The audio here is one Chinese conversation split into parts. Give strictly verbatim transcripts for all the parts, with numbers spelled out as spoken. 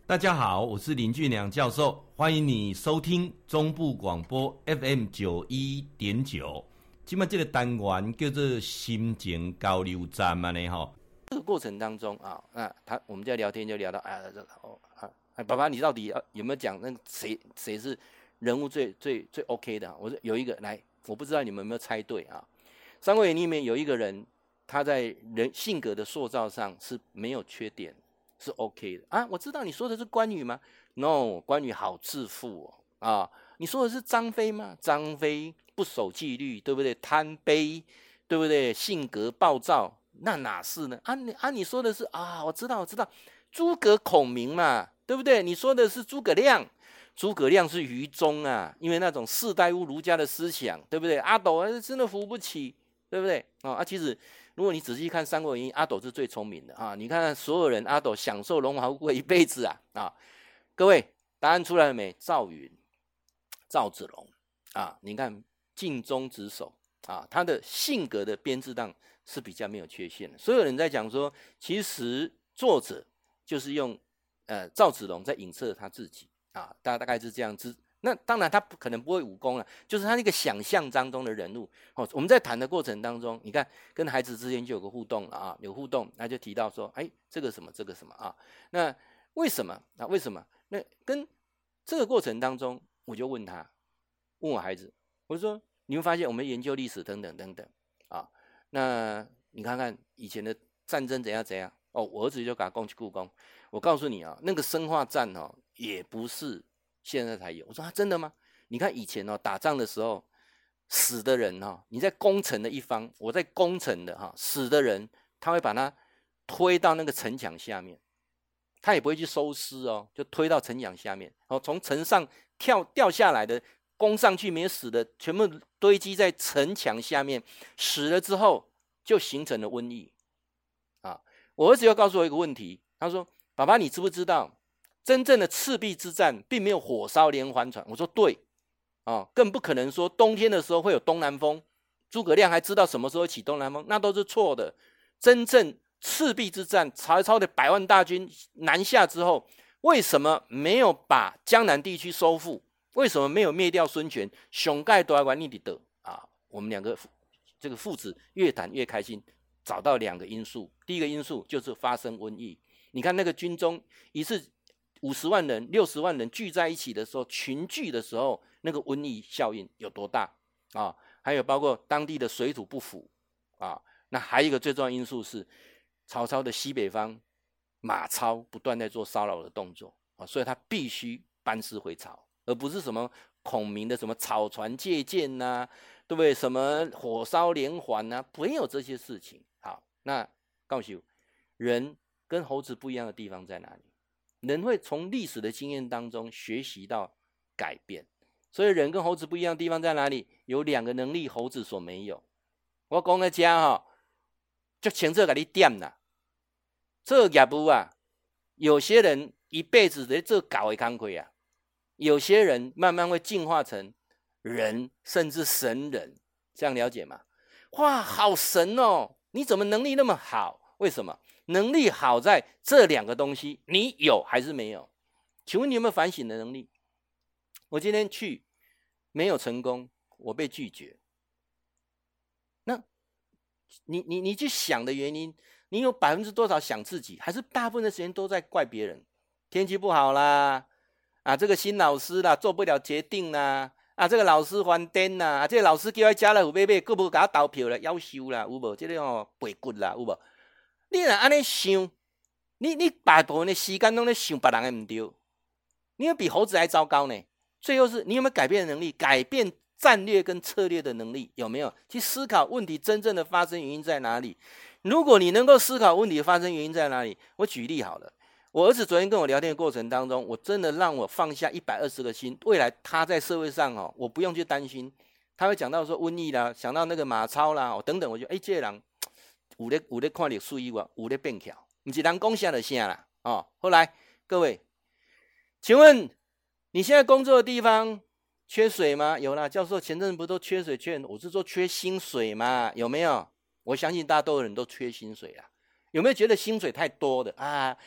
大家好，我是林俊良教授，欢迎你收听中部广播 F M 九一点九。今麦这个单元叫做心情交流站嘛呢哈。 这个过程当中啊，那他我们在聊天就聊到啊，这个哦啊，爸爸你到底有没有讲那个谁谁是人物最最最 OK 的？我说有一个来，我不知道你们有没有猜对啊？《三国演义》里面有一个人，他在人性格的塑造上是没有缺点。是 OK 的啊，我知道你说的是关羽吗 ？No， 关羽好自负哦啊！你说的是张飞吗？张飞不守纪律，对不对？贪杯，对不对？性格暴躁，那哪是呢？啊你啊，你说的是啊，我知道我知道，诸葛孔明嘛，对不对？你说的是诸葛亮，诸葛亮是愚忠啊，因为那种士大夫儒家的思想，对不对？阿斗真的扶不起，对不对？哦啊，其实。如果你仔细看《三国演义》，阿斗是最聪明的啊！你看所有人，阿斗享受荣华富贵一辈子啊啊！各位，答案出来了没？赵云、赵子龙啊，你看尽忠职守啊，他的性格的编制上是比较没有缺陷的。所有人在讲说，其实作者就是用呃赵子龙在影射他自己啊，大大概是这样子。那当然，他可能不会武功了，就是他那个想象当中的人物。哦，我们在谈的过程当中，你看跟孩子之间就有个互动了啊，有互动，那就提到说，哎，这个什么，这个什么啊？那为什么啊？为什么？那跟这个过程当中，我就问他，问我孩子，我就说，你会发现我们研究历史等等等等啊，那你看看以前的战争怎样怎样哦，我儿子就给他攻去故宫，我告诉你啊，那个生化战哦，也不是。现在才有，我说啊，真的吗？你看以前哦，打仗的时候死的人哈，你在攻城的一方，我在攻城的哈，死的人他会把他推到那个城墙下面，他也不会去收尸哦，就推到城墙下面，哦，从城上跳掉下来的，攻上去没死的，全部堆积在城墙下面，死了之后就形成了瘟疫啊。我儿子要告诉我一个问题，他说：“爸爸，你知不知道？”真正的赤壁之战并没有火烧连环船，我说对，哦，更不可能说冬天的时候会有东南风，诸葛亮还知道什么时候起东南风，那都是错的。真正赤壁之战，曹操的百万大军南下之后，为什么没有把江南地区收复？为什么没有灭掉孙权？熊盖都要管你的啊！我们两个这个父子越谈越开心，找到两个因素。第一个因素就是发生瘟疫，你看那个军中一次。五十万人、六十万人聚在一起的时候，群聚的时候，那个瘟疫效应有多大啊？还有包括当地的水土不服啊。那还有一个最重要的因素是，曹操的西北方马超不断在做骚扰的动作啊，所以他必须班师回朝，而不是什么孔明的什么草船借箭呐、啊，对不对？什么火烧连环呐、啊，没有这些事情。好，那告诉人跟猴子不一样的地方在哪里？人会从历史的经验当中学习到改变，所以人跟猴子不一样的地方在哪里？有两个能力猴子所没有。我讲个家哈，就前这给你点啦。这业务啊，有些人一辈子在这搞的工课啊，有些人慢慢会进化成人，甚至神人，这样了解吗？哇，好神哦！你怎么能力那么好？为什么？能力好在这两个东西，你有还是没有？请问你有没有反省的能力？我今天去没有成功，我被拒绝。那你你你去想的原因，你有百分之多少想自己，还是大部分的时间都在怪别人？天气不好啦，啊，这个新老师啦做不了决定啦，啊，这个老师翻颠啦，啊，这个老师叫他家乐福买买，佫无给他投票啦，夭寿啦，有无？这个哦背骨啦，有无？你若安尼想，你你大部分的时间都在想别人的不对，你会比猴子还糟糕呢。最后是你有没有改变的能力，改变战略跟策略的能力有没有？去思考问题真正的发生原因在哪里？如果你能够思考问题的发生原因在哪里，我举例好了。我儿子昨天跟我聊天的过程当中，我真的让我放下一百二十个心，未来他在社会上哦，我不用去担心。他会讲到说瘟疫啦，想到那个马超啦，哦等等，我就哎这个人。有咧有咧看历史以外，有咧变巧，不是人讲啥就啥啦哦。后来各位，请问你现在工作的地方缺水吗？有啦，教授前阵不都缺水缺？我是说缺薪水嘛，有没有？我相信大多数人都缺薪水啦。有没有觉得薪水太多的啊？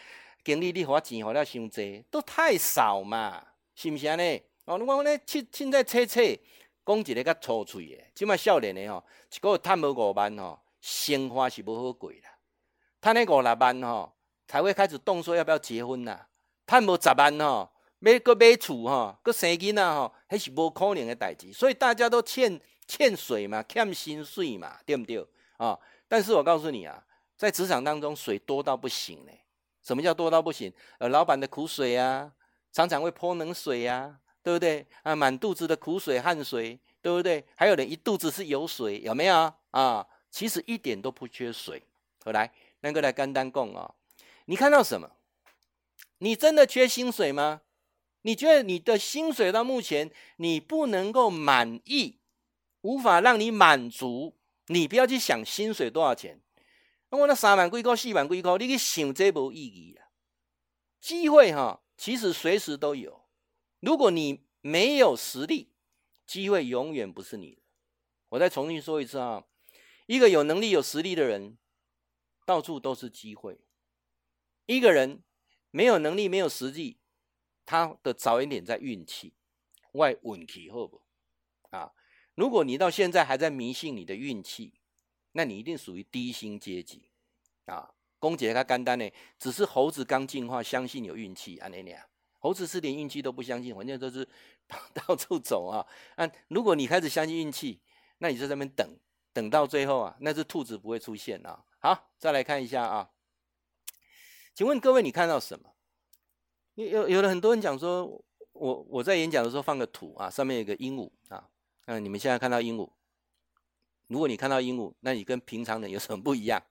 经理你花钱花了伤济，都太少嘛，是不是安尼？哦，我咧凊凊彩切切，讲一个较粗脆的，即摆少年的吼，一个月赚无五万吼，生活是无好过啦。赚咧五六万吼，才会开始动说要不要结婚啦。赚无十万吼，要搁买厝吼，搁生囡仔吼，迄是无可能的代志。所以大家都欠欠水嘛，欠薪水嘛，对不对啊、哦？但是我告诉你啊，在职场当中，水多到不行嘞。什么叫多到不行？呃，老板的苦水啊，常常会泼冷水啊。对不对啊？满肚子的苦水汗水，对不对？还有人一肚子是油水，有没有啊？其实一点都不缺水。好，来，那个来干单供啊，你看到什么？你真的缺薪水吗？你觉得你的薪水到目前你不能够满意，无法让你满足，你不要去想薪水多少钱。我那三万几块、四万几块，你去想这没意义啊。机会哈，其实随时都有。如果你没有实力，机会永远不是你的。我再重新说一次啊，一个有能力有实力的人，到处都是机会。一个人没有能力没有实力，他的着眼点在运气，外运气好不啊？如果你到现在还在迷信你的运气，那你一定属于低薪阶级啊。公姐他简单呢，只是猴子刚进化，相信有运气，安尼俩。猴子是连运气都不相信，反正都是到处走啊。啊，如果你开始相信运气，那你就在那边等，等到最后啊，那只兔子不会出现啊。好，再来看一下啊，请问各位你看到什么？有有的很多人讲说，我我在演讲的时候放个图啊，上面有个鹦鹉啊，嗯，你们现在看到鹦鹉，如果你看到鹦鹉，那你跟平常人有什么不一样？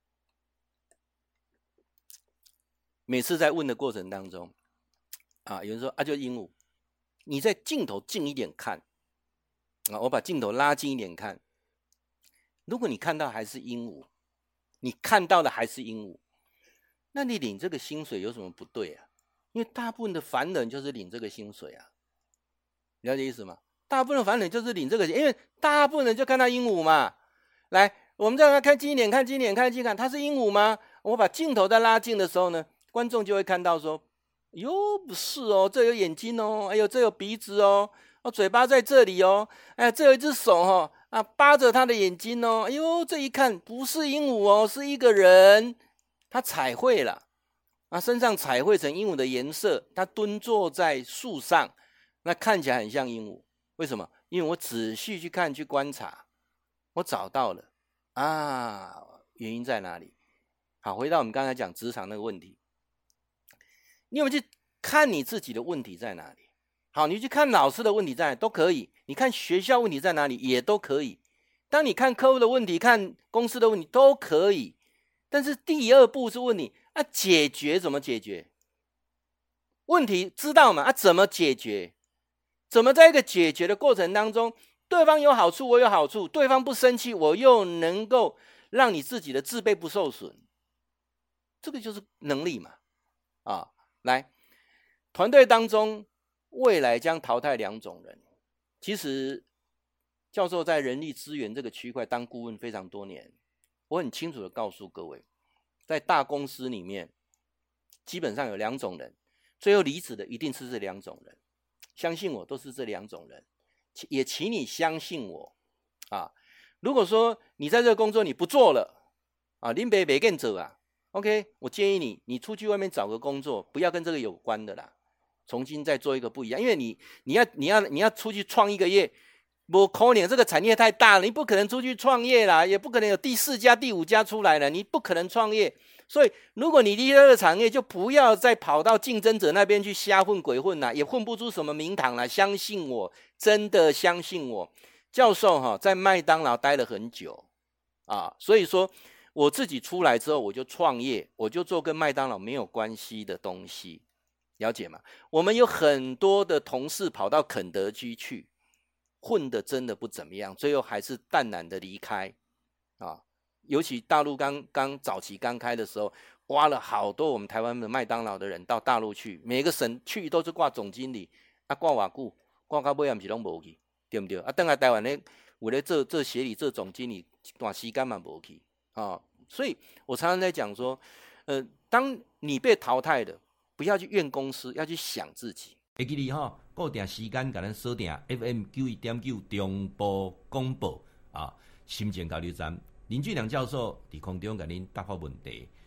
每次在问的过程当中。啊，有人说啊，就鹦鹉，你在镜头近一点看啊，我把镜头拉近一点看。如果你看到还是鹦鹉，你看到的还是鹦鹉，那你领这个薪水有什么不对啊？因为大部分的凡人就是领这个薪水啊，了解意思吗？大部分的凡人就是领这个，因为大部分人就看到鹦鹉嘛。来，我们再来看近一点，看近一点，看近一点，它是鹦鹉吗？我把镜头再拉近的时候呢，观众就会看到说。哟，不是哦，这有眼睛哦，哎呦，这有鼻子哦，哦，嘴巴在这里哦，哎，这有一只手哦，啊，扒着他的眼睛哦，哎呦，这一看不是鹦鹉哦，是一个人，他彩绘了，啊，身上彩绘成鹦鹉的颜色，他蹲坐在树上，那看起来很像鹦鹉，为什么？因为我仔细去看去观察，我找到了啊，原因在哪里？好，回到我们刚才讲职场那个问题。你有没有去看你自己的问题在哪里？好，你去看老师的问题在哪里都可以，你看学校问题在哪里也都可以。当你看客户的问题、看公司的问题都可以，但是第二步是问你啊，解决怎么解决？问题知道吗？啊，怎么解决？怎么在一个解决的过程当中，对方有好处，我有好处，对方不生气，我又能够让你自己的自备不受损，这个就是能力嘛，啊。来，团队当中未来将淘汰两种人。其实教授在人力资源这个区块当顾问非常多年，我很清楚的告诉各位，在大公司里面基本上有两种人，最后离职的一定是这两种人，相信我，都是这两种人。也请你相信我啊！如果说你在这个工作你不做了啊，林北北更走啊，OK， 我建议你，你出去外面找个工作，不要跟这个有关的啦，重新再做一个不一样。因为你，你要，你要，你要出去创一个业，不可能，这个产业太大了，你不可能出去创业啦，也不可能有第四家、第五家出来了，你不可能创业。所以，如果你离开这个产业，就不要再跑到竞争者那边去瞎混鬼混啦，也混不出什么名堂啦。相信我，真的相信我，教授哈，在麦当劳待了很久啊，所以说。我自己出来之后，我就创业，我就做跟麦当劳没有关系的东西，了解吗？我们有很多的同事跑到肯德基去，混的真的不怎么样，最后还是淡然的离开啊。尤其大陆刚刚早期刚开的时候，挖了好多我们台湾的麦当劳的人到大陆去，每个省去都是挂总经理，啊挂偌久，挂到尾也不是拢无去，对不对？啊，等下台湾咧有咧做做协理做总经理，一段时间嘛无去。啊，所以我常常在讲说， 呃，当你被淘汰的，不要去怨公司，要去想自己。 会记你吼，固定时间甲咱锁定 F M 九一点九中部广播啊，心情交流站，林俊良教授伫空中甲恁答复问题。